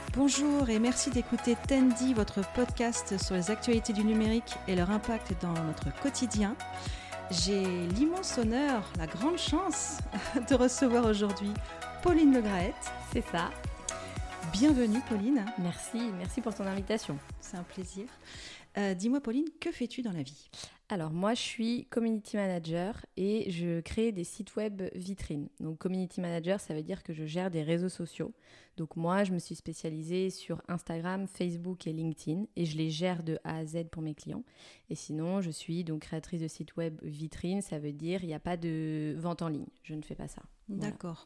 Bonjour et merci d'écouter Tendi, votre podcast sur les actualités du numérique et leur impact dans notre quotidien. J'ai l'immense honneur, la grande chance de recevoir aujourd'hui Pauline Le Graët. C'est ça. Bienvenue Pauline. Merci pour ton invitation. C'est un plaisir. Dis-moi Pauline, que fais-tu dans la vie ? Alors moi je suis community manager et je crée des sites web vitrines. Donc community manager, ça veut dire que je gère des réseaux sociaux. Donc moi je me suis spécialisée sur Instagram, Facebook et LinkedIn et je les gère de A à Z pour mes clients. Et sinon je suis donc créatrice de sites web vitrines, ça veut dire il n'y a pas de vente en ligne. Je ne fais pas ça. D'accord.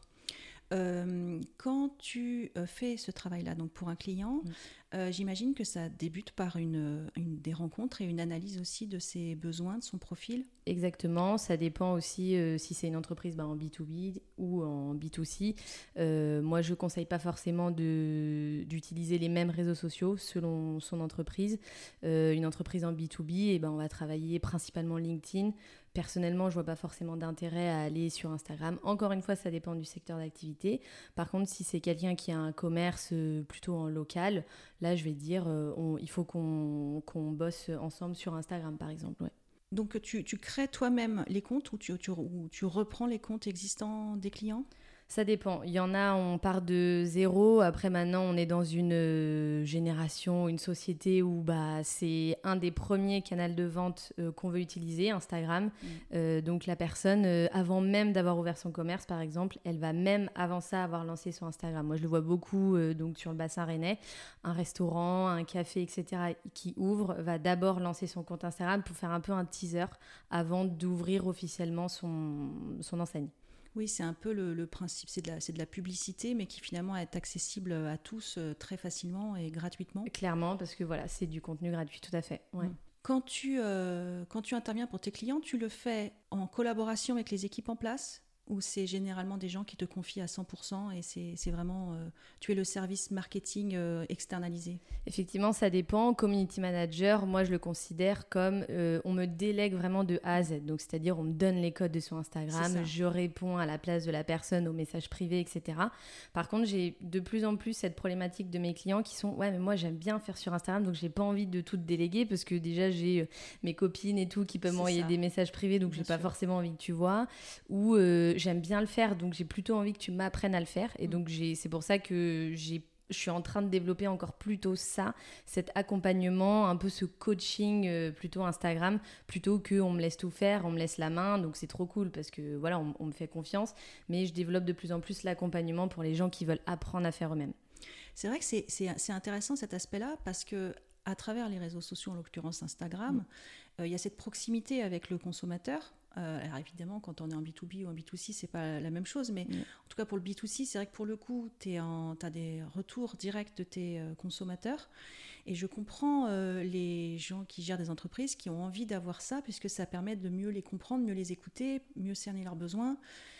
Quand tu fais ce travail-là donc pour un client, j'imagine que ça débute par des rencontres et une analyse aussi de ses besoins, de son profil. Exactement, ça dépend aussi si c'est une entreprise en B2B ou en B2C. Moi, je ne conseille pas forcément d'utiliser les mêmes réseaux sociaux selon son entreprise. Une entreprise en B2B, on va travailler principalement LinkedIn. Personnellement, je ne vois pas forcément d'intérêt à aller sur Instagram. Encore une fois, ça dépend du secteur d'activité. Par contre, si c'est quelqu'un qui a un commerce plutôt en local, là, je vais dire, il faut qu'on bosse ensemble sur Instagram, par exemple. Ouais. Donc, tu crées toi-même les comptes ou tu reprends les comptes existants des clients ? Ça dépend. Il y en a, on part de zéro. Après, maintenant, on est dans une génération, une société où c'est un des premiers canaux de vente qu'on veut utiliser, Instagram. Donc, la personne, avant même d'avoir ouvert son commerce, par exemple, elle va même, avant ça, avoir lancé son Instagram. Moi, je le vois beaucoup donc sur le bassin rennais. Un restaurant, un café, etc., qui ouvre, va d'abord lancer son compte Instagram pour faire un peu un teaser avant d'ouvrir officiellement son enseigne. Oui, c'est un peu le principe, c'est de la publicité, mais qui finalement est accessible à tous très facilement et gratuitement. Clairement, parce que voilà, c'est du contenu gratuit, tout à fait. Ouais. Quand tu interviens pour tes clients, tu le fais en collaboration avec les équipes en place ? Ou c'est généralement des gens qui te confient à 100% et c'est vraiment, tu es le service marketing externalisé? Effectivement, ça dépend. Community manager, moi je le considère comme on me délègue vraiment de A à Z. Donc c'est-à-dire on me donne les codes de son Instagram, je réponds à la place de la personne aux messages privés, etc. Par contre, j'ai de plus en plus cette problématique de mes clients qui sont ouais mais moi j'aime bien faire sur Instagram donc j'ai pas envie de tout déléguer parce que déjà j'ai mes copines et tout qui peuvent m'envoyer des messages privés donc j'ai pas forcément envie que tu vois ou j'aime bien le faire, donc j'ai plutôt envie que tu m'apprennes à le faire. Et donc, c'est pour ça que je suis en train de développer encore plutôt ça, cet accompagnement, un peu ce coaching plutôt Instagram, plutôt qu'on me laisse tout faire, on me laisse la main. Donc, c'est trop cool parce que voilà, on me fait confiance. Mais je développe de plus en plus l'accompagnement pour les gens qui veulent apprendre à faire eux-mêmes. C'est vrai que c'est intéressant cet aspect-là parce que à travers les réseaux sociaux, en l'occurrence Instagram, il y a cette proximité avec le consommateur. Alors évidemment, quand on est en B2B ou en B2C, c'est pas la même chose, mais en tout cas pour le B2C, c'est vrai que pour le coup, tu as des retours directs de tes consommateurs. Et je comprends les gens qui gèrent des entreprises qui ont envie d'avoir ça, puisque ça permet de mieux les comprendre, mieux les écouter, mieux cerner leurs besoins.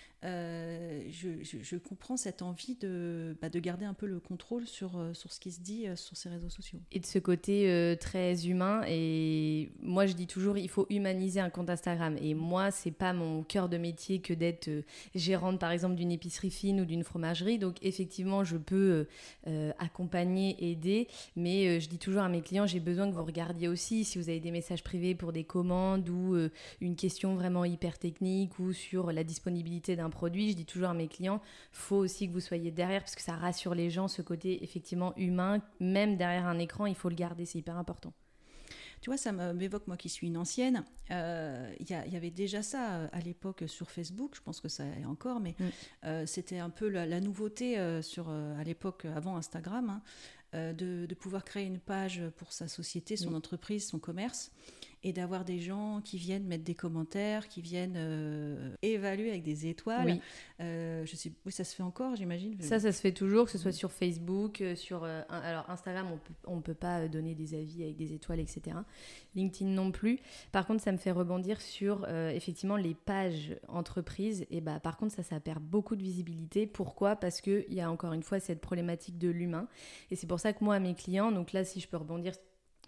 Je comprends cette envie de garder un peu le contrôle sur ce qui se dit sur ces réseaux sociaux. Et de ce côté très humain, et moi je dis toujours il faut humaniser un compte Instagram, et moi c'est pas mon cœur de métier que d'être gérante par exemple d'une épicerie fine ou d'une fromagerie, donc effectivement je peux accompagner, aider, mais je dis toujours à mes clients j'ai besoin que vous regardiez aussi si vous avez des messages privés pour des commandes ou une question vraiment hyper technique ou sur la disponibilité d'un produit, je dis toujours à mes clients, faut aussi que vous soyez derrière parce que ça rassure les gens, ce côté effectivement humain, même derrière un écran, il faut le garder, c'est hyper important. Tu vois, ça m'évoque, moi qui suis une ancienne, il y avait déjà ça à l'époque sur Facebook, je pense que ça est encore, mais c'était un peu la nouveauté à l'époque, avant Instagram, de pouvoir créer une page pour sa société, son entreprise, son commerce, et d'avoir des gens qui viennent mettre des commentaires, qui viennent évaluer avec des étoiles. Oui, ça se fait encore, j'imagine. Ça se fait toujours, que ce soit sur Facebook, alors Instagram, on peut pas donner des avis avec des étoiles, etc. LinkedIn non plus. Par contre, ça me fait rebondir sur effectivement les pages entreprises. Et par contre, ça perd beaucoup de visibilité. Pourquoi ? Parce qu'il y a encore une fois cette problématique de l'humain. Et c'est pour ça que moi, à mes clients, donc là, si je peux rebondir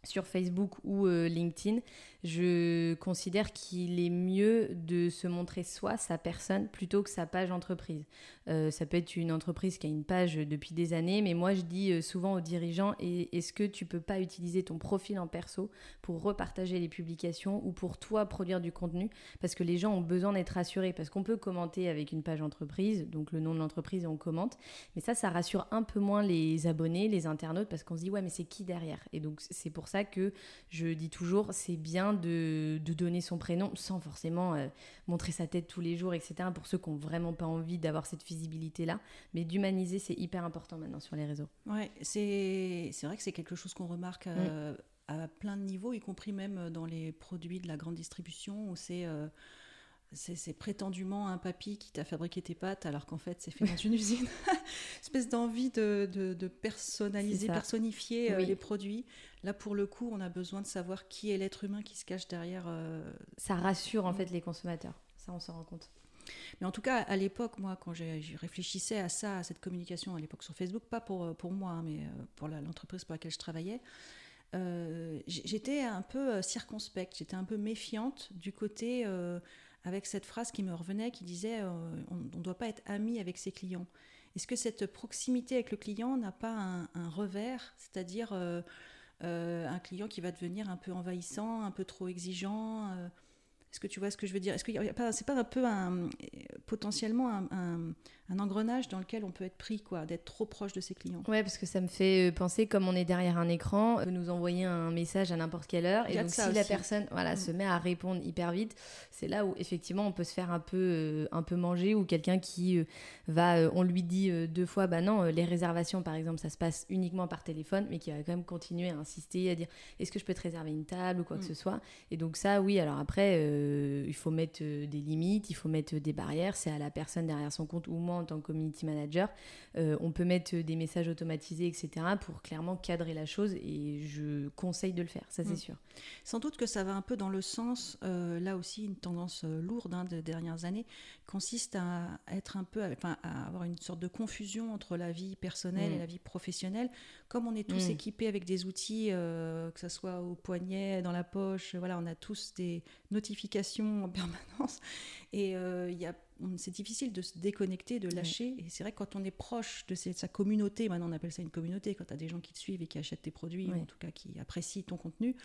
sur Facebook ou LinkedIn, je considère qu'il est mieux de se montrer soi, sa personne, plutôt que sa page entreprise. Ça peut être une entreprise qui a une page depuis des années, mais moi je dis souvent aux dirigeants, est-ce que tu peux pas utiliser ton profil en perso pour repartager les publications ou pour toi produire du contenu, parce que les gens ont besoin d'être rassurés, parce qu'on peut commenter avec une page entreprise, donc le nom de l'entreprise et on commente, mais ça rassure un peu moins les abonnés, les internautes, parce qu'on se dit ouais mais c'est qui derrière, et donc c'est pour ça que je dis toujours c'est bien de donner son prénom sans forcément montrer sa tête tous les jours, etc., pour ceux qui n'ont vraiment pas envie d'avoir cette visibilité-là, mais d'humaniser, c'est hyper important maintenant sur les réseaux. Ouais, c'est vrai que c'est quelque chose qu'on remarque à plein de niveaux, y compris même dans les produits de la grande distribution, où c'est prétendument un papy qui t'a fabriqué tes pâtes, alors qu'en fait c'est fait dans une usine. Espèce d'envie de personnaliser, personnifier les produits. Là, pour le coup, on a besoin de savoir qui est l'être humain qui se cache derrière. Ça rassure en fait les consommateurs, ça on s'en rend compte. Mais en tout cas, à l'époque, moi, quand je réfléchissais à ça, à cette communication à l'époque sur Facebook, pas pour moi, hein, mais pour l'entreprise pour laquelle je travaillais, j'étais un peu circonspecte, j'étais un peu méfiante du côté, avec cette phrase qui me revenait, qui disait on ne doit pas être ami avec ses clients. Est-ce que cette proximité avec le client n'a pas un revers, c'est-à-dire un client qui va devenir un peu envahissant, un peu trop exigeant Est-ce que tu vois ce que je veux dire ? Est-ce que c'est pas un peu potentiellement un engrenage dans lequel on peut être pris, quoi, d'être trop proche de ses clients ? Ouais, parce que ça me fait penser, comme on est derrière un écran, on peut nous envoyer un message à n'importe quelle heure, et donc si la personne se met à répondre hyper vite, c'est là où effectivement on peut se faire un peu manger, ou quelqu'un qui on lui dit 2 fois, bah non, les réservations par exemple ça se passe uniquement par téléphone, mais qui va quand même continuer à insister, à dire est-ce que je peux te réserver une table ou quoi que ce soit. Et donc ça, oui, alors après il faut mettre des limites, il faut mettre des barrières, c'est à la personne derrière son compte, ou moi en tant que community manager, on peut mettre des messages automatisés, etc., pour clairement cadrer la chose, et je conseille de le faire, ça c'est sûr. Sans doute que ça va un peu dans le sens, là aussi une tendance lourde des dernières années, consiste à être un peu, à avoir une sorte de confusion entre la vie personnelle et la vie professionnelle. Comme on est tous équipés avec des outils, que ce soit au poignet, dans la poche, voilà, on a tous des notifications en permanence, et c'est difficile de se déconnecter, de lâcher. Et c'est vrai que quand on est proche de sa communauté, maintenant on appelle ça une communauté, quand tu as des gens qui te suivent et qui achètent tes produits, ou en tout cas qui apprécient ton contenu,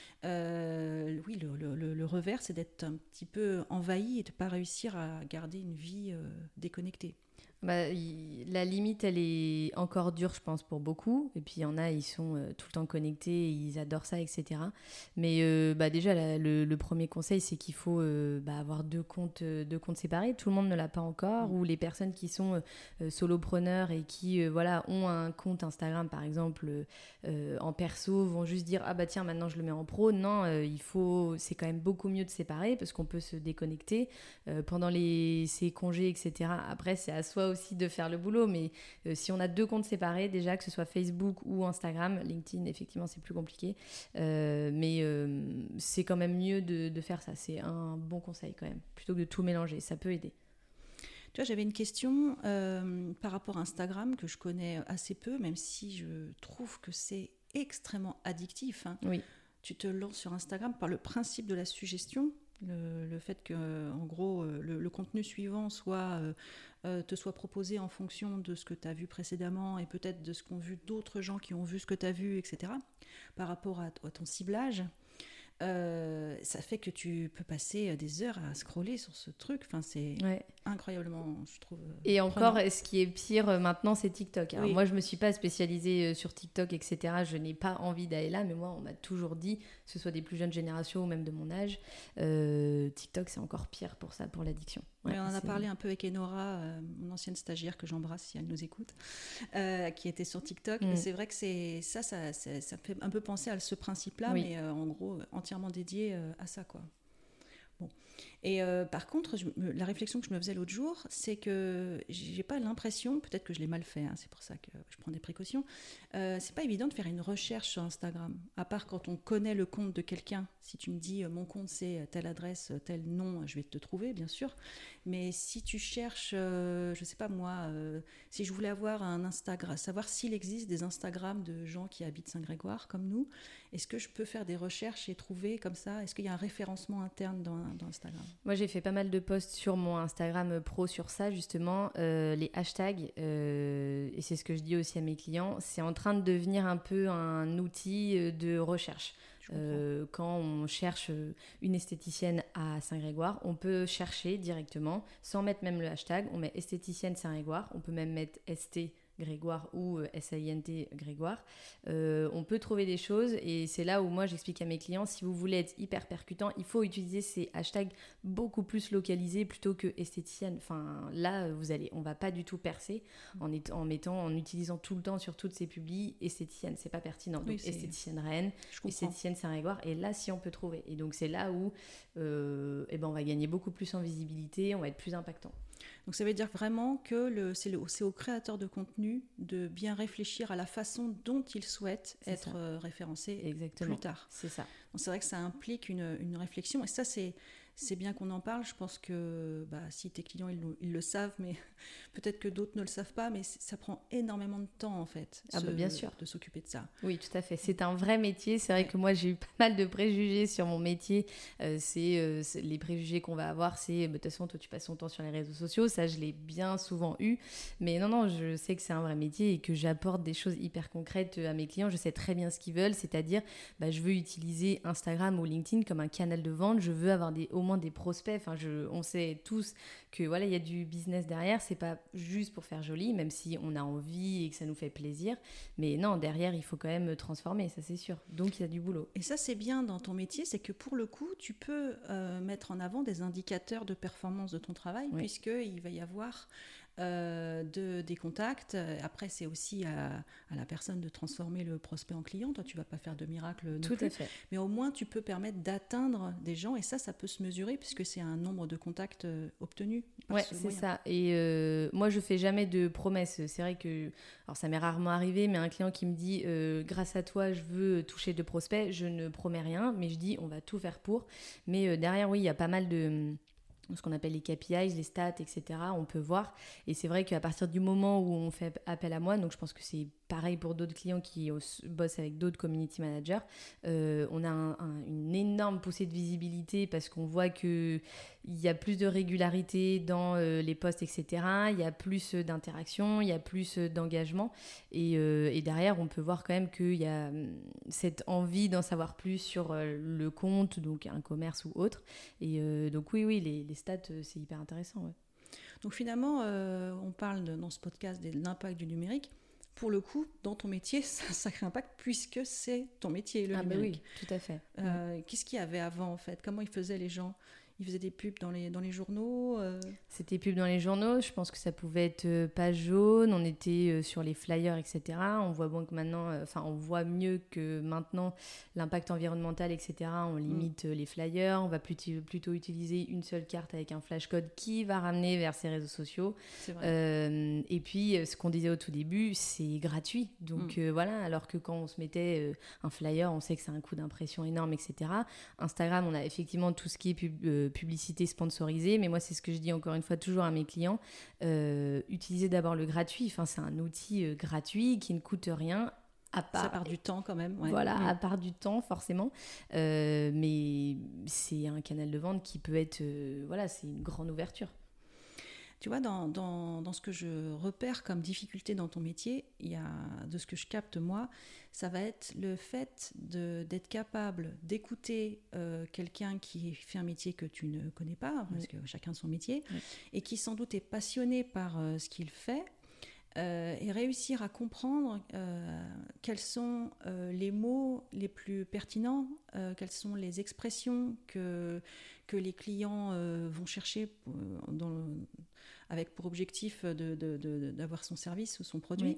oui, le revers, c'est d'être un petit peu envahi et de ne pas réussir à garder une vie déconnectée. La limite, elle est encore dure, je pense, pour beaucoup. Et puis, il y en a, ils sont tout le temps connectés, ils adorent ça, etc. Mais déjà, le premier conseil, c'est qu'il faut avoir deux comptes séparés. Tout le monde ne l'a pas encore. Ou les personnes qui sont solopreneurs et qui ont un compte Instagram, par exemple, en perso, vont juste dire « Ah bah tiens, maintenant je le mets en pro ». Non, c'est quand même beaucoup mieux de séparer, parce qu'on peut se déconnecter pendant ses congés, etc. Après, c'est à soi aussi de faire le boulot, mais si on a 2 comptes séparés, déjà, que ce soit Facebook ou Instagram, LinkedIn, effectivement, c'est plus compliqué, mais c'est quand même mieux de faire ça. C'est un bon conseil quand même, plutôt que de tout mélanger, ça peut aider. Tu vois, j'avais une question par rapport à Instagram, que je connais assez peu, même si je trouve que c'est extrêmement addictif, hein. Oui. Tu te lances sur Instagram par le principe de la suggestion, le fait que, en gros, le contenu suivant te soit proposé en fonction de ce que tu as vu précédemment, et peut-être de ce qu'ont vu d'autres gens qui ont vu ce que tu as vu, etc., par rapport à ton ciblage. Ça fait que tu peux passer des heures à scroller sur ce truc. Enfin, c'est incroyablement, je trouve. Et encore, ce qui est pire maintenant, c'est TikTok. Alors, moi, je me suis pas spécialisée sur TikTok, etc. Je n'ai pas envie d'aller là, mais moi, on m'a toujours dit, que ce soit des plus jeunes générations ou même de mon âge, TikTok, c'est encore pire pour ça, pour l'addiction. Ouais, on en a parlé un peu avec Enora, mon ancienne stagiaire que j'embrasse si elle nous écoute, qui était sur TikTok. Et c'est vrai que ça me fait un peu penser à ce principe-là, mais en gros entièrement dédié à ça, quoi. Bon. Et par contre, la réflexion que je me faisais l'autre jour, c'est que j'ai pas l'impression, peut-être que je l'ai mal fait, c'est pour ça que je prends des précautions, c'est pas évident de faire une recherche sur Instagram, à part quand on connaît le compte de quelqu'un. Si tu me dis mon compte c'est telle adresse, tel nom, je vais te trouver, bien sûr. Mais si tu cherches, je sais pas moi, si je voulais avoir un Instagram, savoir s'il existe des Instagrams de gens qui habitent Saint-Grégoire comme nous, est-ce que je peux faire des recherches et trouver comme ça? Est-ce qu'il y a un référencement interne dans Instagram? Moi, j'ai fait pas mal de posts sur mon Instagram pro sur ça, justement. Les hashtags, et c'est ce que je dis aussi à mes clients, c'est en train de devenir un peu un outil de recherche. Quand on cherche une esthéticienne à Saint-Grégoire, on peut chercher directement, sans mettre même le hashtag, on met esthéticienne Saint-Grégoire, on peut même mettre ST Grégoire ou SAINT Grégoire. On peut trouver des choses et c'est là où moi j'explique à mes clients, si vous voulez être hyper percutant, il faut utiliser ces hashtags beaucoup plus localisés plutôt que esthéticienne. Enfin là, on va pas du tout percer en utilisant tout le temps sur toutes ces publis esthéticienne, c'est pas pertinent. Donc esthéticienne Rennes, esthéticienne Saint-Grégoire, et là si on peut trouver. Et donc c'est là où on va gagner beaucoup plus en visibilité, on va être plus impactant. Donc ça veut dire vraiment que c'est au créateur de contenu de bien réfléchir à la façon dont il souhaite être référencé plus tard. C'est ça. Donc c'est vrai que ça implique une réflexion, et ça c'est bien qu'on en parle. Je pense que si tes clients ils le savent, mais peut-être que d'autres ne le savent pas, mais ça prend énormément de temps en fait bien sûr. de s'occuper de ça. Oui, tout à fait. C'est un vrai métier. C'est vrai que moi j'ai eu pas mal de préjugés sur mon métier. C'est les préjugés qu'on va avoir, c'est de toute façon toi tu passes ton temps sur les réseaux sociaux. Ça je l'ai bien souvent eu. Mais non, je sais que c'est un vrai métier et que j'apporte des choses hyper concrètes à mes clients. Je sais très bien ce qu'ils veulent, c'est-à-dire je veux utiliser Instagram ou LinkedIn comme un canal de vente. Je veux avoir au moins des prospects. Enfin, on sait tous que voilà, il y a du business derrière. C'est pas juste pour faire joli, même si on a envie et que ça nous fait plaisir. Mais non, derrière, il faut quand même transformer, ça c'est sûr. Donc il y a du boulot. Et ça c'est bien dans ton métier, c'est que pour le coup, tu peux mettre en avant des indicateurs de performance de ton travail, puisqu'il va y avoir des contacts. Après, c'est aussi à la personne de transformer le prospect en client. Toi, tu ne vas pas faire de miracle non plus. Tout à fait. Mais au moins, tu peux permettre d'atteindre des gens. Et ça peut se mesurer puisque c'est un nombre de contacts obtenus. Ouais, c'est ça. Et moi, je ne fais jamais de promesses. C'est vrai que, alors ça m'est rarement arrivé, mais un client qui me dit grâce à toi, je veux toucher 2 prospects, je ne promets rien, mais je dis on va tout faire pour. Mais derrière, oui, il y a pas mal de ce qu'on appelle les KPIs, les stats, etc. On peut voir. Et c'est vrai qu'à partir du moment où on fait appel à moi, donc je pense que c'est pareil pour d'autres clients qui bossent avec d'autres community managers, on a une énorme poussée de visibilité parce qu'on voit qu'il y a plus de régularité dans les posts, etc. Il y a plus d'interaction, il y a plus d'engagement. Et derrière, on peut voir quand même qu'il y a cette envie d'en savoir plus sur le compte, donc un commerce ou autre. Et donc oui, les stats, c'est hyper intéressant. Ouais. Donc finalement, on parle dans ce podcast de l'impact du numérique. Pour le coup, dans ton métier, c'est un sacré impact puisque c'est ton métier, le numérique. Oui, tout à fait. Qu'est-ce qu'il y avait avant, en fait? Comment ils faisaient les gens? Ils faisaient des pubs dans les journaux C'était pubs dans les journaux. Je pense que ça pouvait être page jaune. On était sur les flyers, etc. On voit bon que maintenant, on voit mieux que maintenant l'impact environnemental, etc. On limite les flyers. On va plutôt utiliser une seule carte avec un flashcode qui va ramener vers ses réseaux sociaux. C'est vrai. Et puis, ce qu'on disait au tout début, c'est gratuit. Donc voilà, alors que quand on se mettait un flyer, on sait que c'est un coût d'impression énorme, etc. Instagram, on a effectivement tout ce qui est publicité sponsorisée, mais moi c'est ce que je dis encore une fois toujours à mes clients, utilisez d'abord le gratuit. Enfin, c'est un outil gratuit qui ne coûte rien. Ça part du temps quand même. Ouais. Voilà, à part du temps forcément, mais c'est un canal de vente qui peut être, c'est une grande ouverture. Tu vois, dans ce que je repère comme difficulté dans ton métier, il y a, de ce que je capte moi, ça va être le fait d'être capable d'écouter quelqu'un qui fait un métier que tu ne connais pas, parce que chacun son métier, et qui sans doute est passionné par ce qu'il fait, et réussir à comprendre quels sont les mots les plus pertinents, quelles sont les expressions que les clients vont chercher avec pour objectif d'avoir son service ou son produit.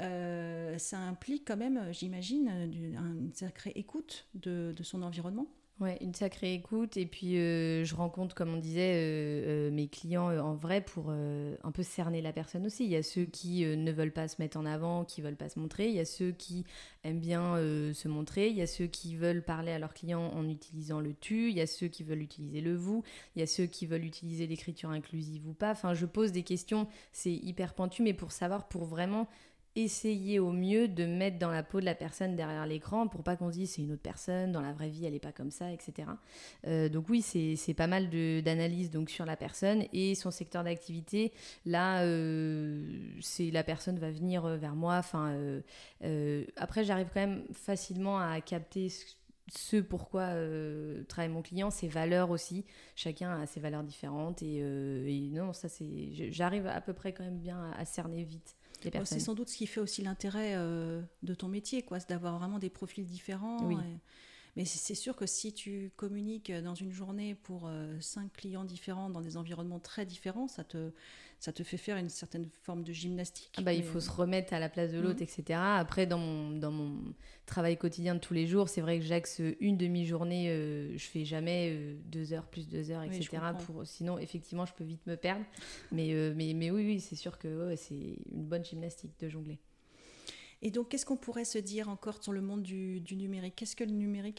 Ça implique quand même, j'imagine, une sacrée écoute de son environnement. Ouais, une sacrée écoute. Et puis, je rencontre, comme on disait, mes clients en vrai pour un peu cerner la personne aussi. Il y a ceux qui ne veulent pas se mettre en avant, qui veulent pas se montrer. Il y a ceux qui aiment bien se montrer. Il y a ceux qui veulent parler à leurs clients en utilisant le tu. Il y a ceux qui veulent utiliser le vous. Il y a ceux qui veulent utiliser l'écriture inclusive ou pas. Enfin, je pose des questions, c'est hyper pointu, mais pour savoir, pour vraiment essayer au mieux de mettre dans la peau de la personne derrière l'écran pour pas qu'on se dise c'est une autre personne, dans la vraie vie elle est pas comme ça, etc. Donc oui, c'est pas mal d'analyse donc sur la personne et son secteur d'activité. Là, c'est la personne va venir vers moi. Enfin, après j'arrive quand même facilement à capter ce pourquoi travaille mon client, ses valeurs aussi. Chacun a ses valeurs différentes et non, ça j'arrive à peu près quand même bien à cerner vite. C'est sans doute ce qui fait aussi l'intérêt de ton métier, quoi, c'est d'avoir vraiment des profils différents. Oui. Mais c'est sûr que si tu communiques dans une journée pour 5 clients différents dans des environnements très différents, ça te fait faire une certaine forme de gymnastique. Il faut se remettre à la place de l'autre, etc. Après, dans mon travail quotidien de tous les jours, c'est vrai que j'axe une demi-journée, je fais jamais 2 heures plus 2 heures, etc. Sinon, effectivement, je peux vite me perdre. Mais oui, c'est sûr que c'est une bonne gymnastique de jongler. Et donc, qu'est-ce qu'on pourrait se dire encore sur le monde du numérique ? Qu'est-ce que le numérique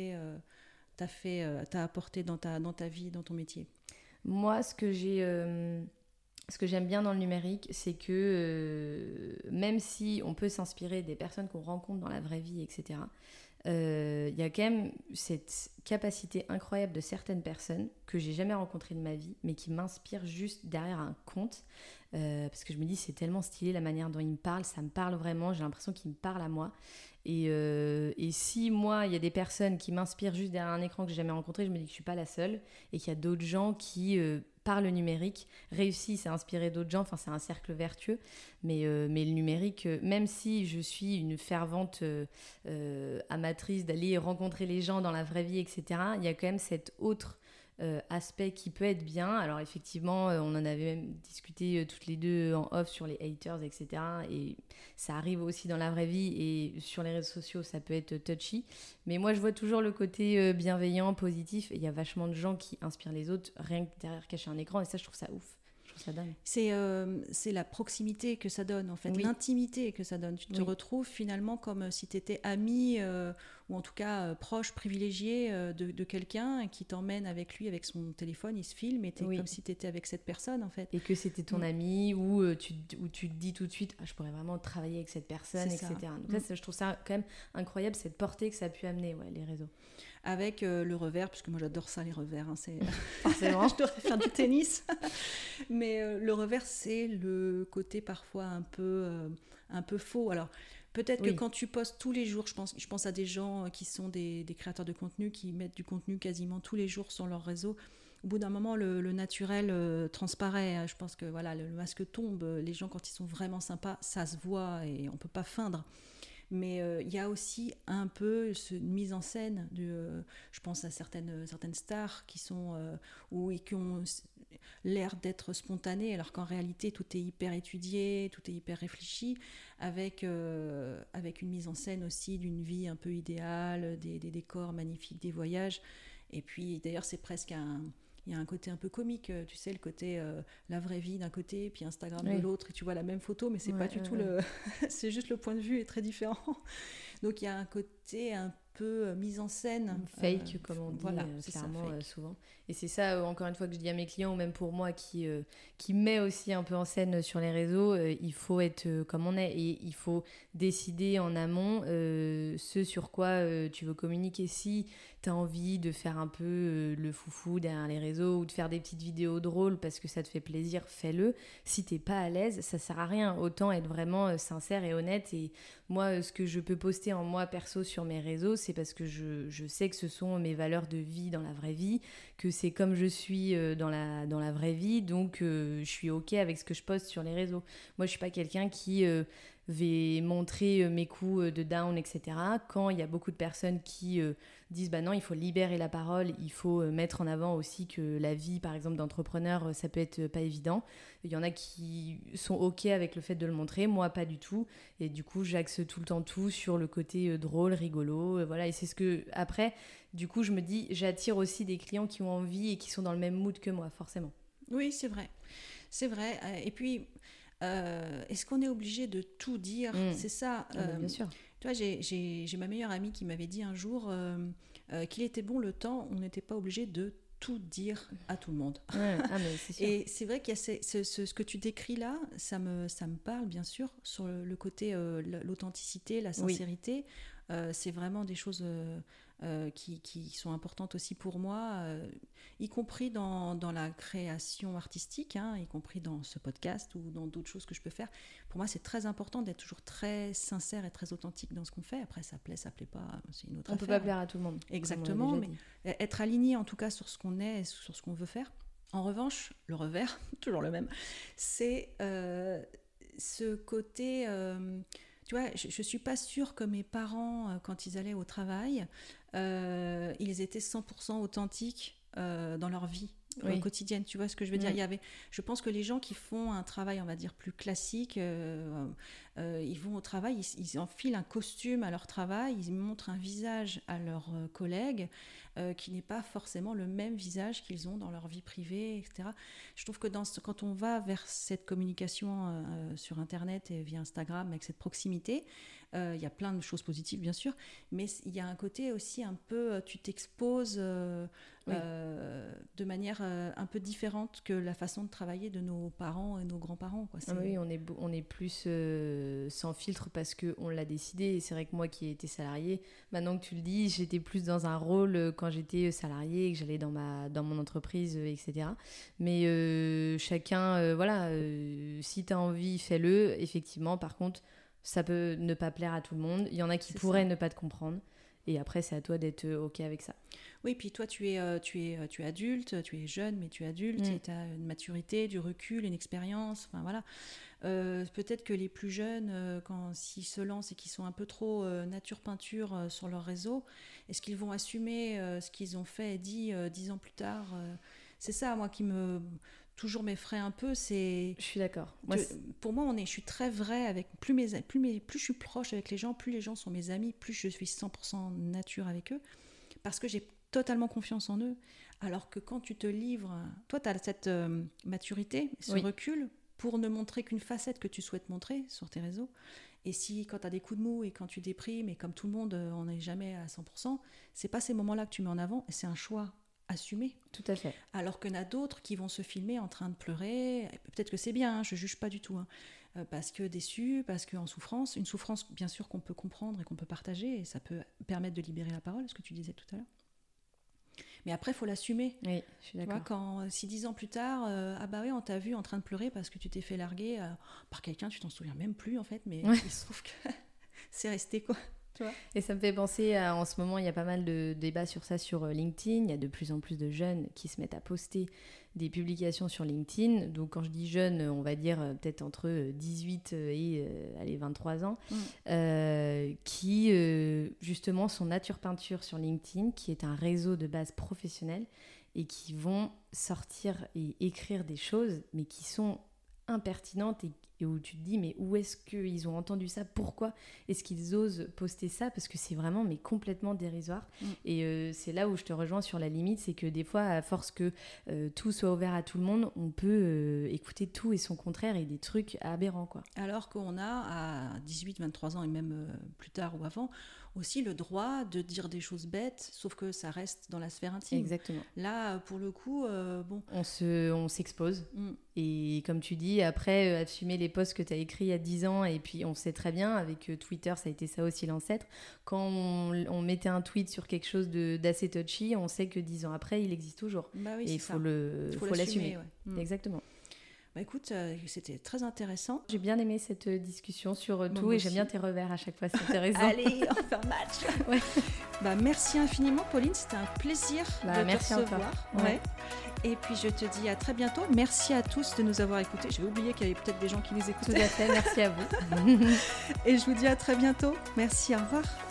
t'a apporté dans ta vie, dans ton métier ? Moi, ce que j'aime bien dans le numérique, c'est que même si on peut s'inspirer des personnes qu'on rencontre dans la vraie vie, etc., il y a quand même cette capacité incroyable de certaines personnes que j'ai jamais rencontrées de ma vie, mais qui m'inspirent juste derrière un compte. Parce que je me dis c'est tellement stylé la manière dont ils me parlent, ça me parle vraiment, j'ai l'impression qu'ils me parlent à moi. Et si moi, il y a des personnes qui m'inspirent juste derrière un écran que j'ai jamais rencontré, je me dis que je suis pas la seule et qu'il y a d'autres gens qui, par le numérique, réussissent à inspirer d'autres gens. Enfin, c'est un cercle vertueux. Mais le numérique, même si je suis une fervente amatrice d'aller rencontrer les gens dans la vraie vie, etc., il y a quand même cet autre aspect qui peut être bien. Alors effectivement, on en avait même discuté toutes les deux en off sur les haters, etc. Et ça arrive aussi dans la vraie vie et sur les réseaux sociaux, ça peut être touchy. Mais moi, je vois toujours le côté bienveillant, positif. Et il y a vachement de gens qui inspirent les autres rien que derrière cacher un écran. Et ça, je trouve ça ouf. Ça dingue. C'est la proximité que ça donne, en fait, l'intimité que ça donne. Tu te retrouves finalement comme si tu étais ami ou en tout cas proche, privilégié de quelqu'un qui t'emmène avec lui, avec son téléphone, il se filme et comme si tu étais avec cette personne, en fait. Et que c'était ton ami ou tu te dis tout de suite je pourrais vraiment travailler avec cette personne, etc. Donc là, je trouve ça quand même incroyable, cette portée que ça a pu amener, les réseaux. Avec le revers, puisque moi j'adore ça, les revers, c'est forcément je devrais faire du tennis, mais le revers, c'est le côté parfois un peu faux. Alors peut-être que quand tu postes tous les jours, je pense à des gens qui sont des créateurs de contenu, qui mettent du contenu quasiment tous les jours sur leur réseau. Au bout d'un moment, le naturel transparaît. Je pense que voilà, le masque tombe. Les gens, quand ils sont vraiment sympas, ça se voit et on peut pas feindre. Mais il y a aussi un peu une mise en scène, je pense à certaines stars qui sont qui ont l'air d'être spontanées, alors qu'en réalité tout est hyper étudié, tout est hyper réfléchi, avec une mise en scène aussi d'une vie un peu idéale, des décors magnifiques, des voyages. Et puis d'ailleurs c'est presque il y a un côté un peu comique, tu sais, le côté la vraie vie d'un côté, puis Instagram de l'autre, et tu vois la même photo, mais c'est pas du tout c'est juste le point de vue est très différent. Donc il y a un côté un peu mise en scène. Fake, comme on dit clairement souvent. Et c'est ça, encore une fois, que je dis à mes clients, ou même pour moi, qui met aussi un peu en scène sur les réseaux, il faut être comme on est. Et il faut décider en amont ce sur quoi tu veux communiquer. Si tu as envie de faire un peu le foufou derrière les réseaux ou de faire des petites vidéos drôles parce que ça te fait plaisir, fais-le. Si t'es pas à l'aise, ça sert à rien. Autant être vraiment sincère et honnête. Et moi, ce que je peux poster en moi perso sur mes réseaux, c'est parce que je sais que ce sont mes valeurs de vie dans la vraie vie, que c'est comme je suis dans la vraie vie, donc je suis ok avec ce que je poste sur les réseaux. Moi, je suis pas quelqu'un qui vais montrer mes coups de down, etc. Quand il y a beaucoup de personnes qui disent non, il faut libérer la parole, il faut mettre en avant aussi que la vie, par exemple, d'entrepreneur, ça peut être pas évident. Il y en a qui sont OK avec le fait de le montrer, moi pas du tout. Et du coup, j'axe tout le temps tout sur le côté drôle, rigolo. Voilà, et c'est ce que, après, du coup, je me dis, j'attire aussi des clients qui ont envie et qui sont dans le même mood que moi, forcément. Oui, c'est vrai. C'est vrai. Et puis, est-ce qu'on est obligé de tout dire ? C'est ça. Bien sûr. Tu vois, j'ai ma meilleure amie qui m'avait dit un jour qu'il était bon le temps, on n'était pas obligé de tout dire à tout le monde. Ouais. Mais c'est sûr. Et c'est vrai qu'il y a ce que tu décris là, ça me parle bien sûr, sur le côté l'authenticité, la sincérité. C'est vraiment des choses qui sont importantes aussi pour moi, y compris dans la création artistique, y compris dans ce podcast ou dans d'autres choses que je peux faire. Pour moi, c'est très important d'être toujours très sincère et très authentique dans ce qu'on fait. Après, ça plaît pas, c'est une autre affaire. On peut pas plaire à tout le monde. Exactement, mais être aligné en tout cas sur ce qu'on est et sur ce qu'on veut faire. En revanche, le revers, toujours le même, c'est ce côté... tu vois, je ne suis pas sûre que mes parents, quand ils allaient au travail, ils étaient 100% authentiques dans leur vie quotidienne. Tu vois ce que je veux dire ? Je pense que les gens qui font un travail, on va dire, plus classique, ils vont au travail, ils enfilent un costume à leur travail, ils montrent un visage à leurs collègues qui n'est pas forcément le même visage qu'ils ont dans leur vie privée, etc. Je trouve que quand on va vers cette communication sur Internet et via Instagram, avec cette proximité, il y a plein de choses positives, bien sûr, mais il y a un côté aussi un peu, tu t'exposes de manière un peu différente que la façon de travailler de nos parents et nos grands-parents, quoi. Oui, on est plus sans filtre parce qu'on l'a décidé. Et c'est vrai que moi qui ai été salariée, maintenant que tu le dis, j'étais plus dans un rôle quand j'étais salariée et que j'allais dans mon entreprise, etc. Mais chacun, si tu as envie, fais-le. Effectivement, par contre, ça peut ne pas plaire à tout le monde. Il y en a qui pourraient ne pas te comprendre. Et après, c'est à toi d'être OK avec ça. Oui, puis toi, tu es adulte, tu es jeune, mais tu es adulte et tu as une maturité, du recul, une expérience. Enfin, voilà. Peut-être que les plus jeunes, s'ils se lancent et qu'ils sont un peu trop nature-peinture sur leur réseau, est-ce qu'ils vont assumer ce qu'ils ont fait et dit 10 ans plus tard C'est ça, moi, qui toujours m'effraie un peu. Je suis d'accord. Pour moi, je suis très vraie avec plus je suis proche avec les gens, plus les gens sont mes amis, plus je suis 100% nature avec eux, parce que j'ai totalement confiance en eux. Alors que quand tu te livres, toi, tu as cette maturité, ce recul pour ne montrer qu'une facette que tu souhaites montrer sur tes réseaux. Et quand tu as des coups de mou et quand tu déprimes, et comme tout le monde, on n'est jamais à 100%, c'est pas ces moments-là que tu mets en avant, et c'est un choix assumé. Tout à fait. Alors qu'il y en a d'autres qui vont se filmer en train de pleurer. Peut-être que c'est bien, je ne juge pas du tout. Parce que déçu, parce qu'en souffrance. Une souffrance, bien sûr, qu'on peut comprendre et qu'on peut partager. Et ça peut permettre de libérer la parole, ce que tu disais tout à l'heure. Mais après, il faut l'assumer. Oui, je suis d'accord. Tu vois, si 10 ans plus tard, on t'a vu en train de pleurer parce que tu t'es fait larguer par quelqu'un, tu t'en souviens même plus, en fait. Mais il se trouve que c'est resté, quoi. Et ça me fait penser en ce moment, il y a pas mal de débats sur ça sur LinkedIn. Il y a de plus en plus de jeunes qui se mettent à poster des publications sur LinkedIn. Donc quand je dis jeunes, on va dire peut-être entre 18 et 23 ans, qui justement sont nature peinture sur LinkedIn, qui est un réseau de base professionnelle et qui vont sortir et écrire des choses, mais qui sont impertinentes et où tu te dis mais où est-ce qu'ils ont entendu ça, pourquoi est-ce qu'ils osent poster ça, parce que c'est vraiment mais complètement dérisoire. Et c'est là où je te rejoins sur la limite, c'est que des fois à force que tout soit ouvert à tout le monde, on peut écouter tout et son contraire et des trucs aberrants, quoi. Alors qu'on a à 18, 23 ans et même plus tard ou avant aussi le droit de dire des choses bêtes, sauf que ça reste dans la sphère intime. Exactement. Là, pour le coup, on s'expose. Et comme tu dis, après, assumer les posts que tu as écrits il y a 10 ans, et puis on sait très bien, avec Twitter, ça a été ça aussi l'ancêtre, quand on mettait un tweet sur quelque chose d'assez touchy, on sait que 10 ans après, il existe toujours. Bah oui, et il faut l'assumer. Ouais. Exactement. Bah écoute, c'était très intéressant. J'ai bien aimé cette discussion sur tout, et j'aime bien tes revers à chaque fois, c'est intéressant. Allez, on fait un match. Ouais. Bah merci infiniment, Pauline, c'était un plaisir de te recevoir. Ouais. Et puis je te dis à très bientôt. Merci à tous de nous avoir écoutés. J'avais oublié qu'il y avait peut-être des gens qui nous écoutaient. Tout à fait, merci à vous. Et je vous dis à très bientôt. Merci, au revoir.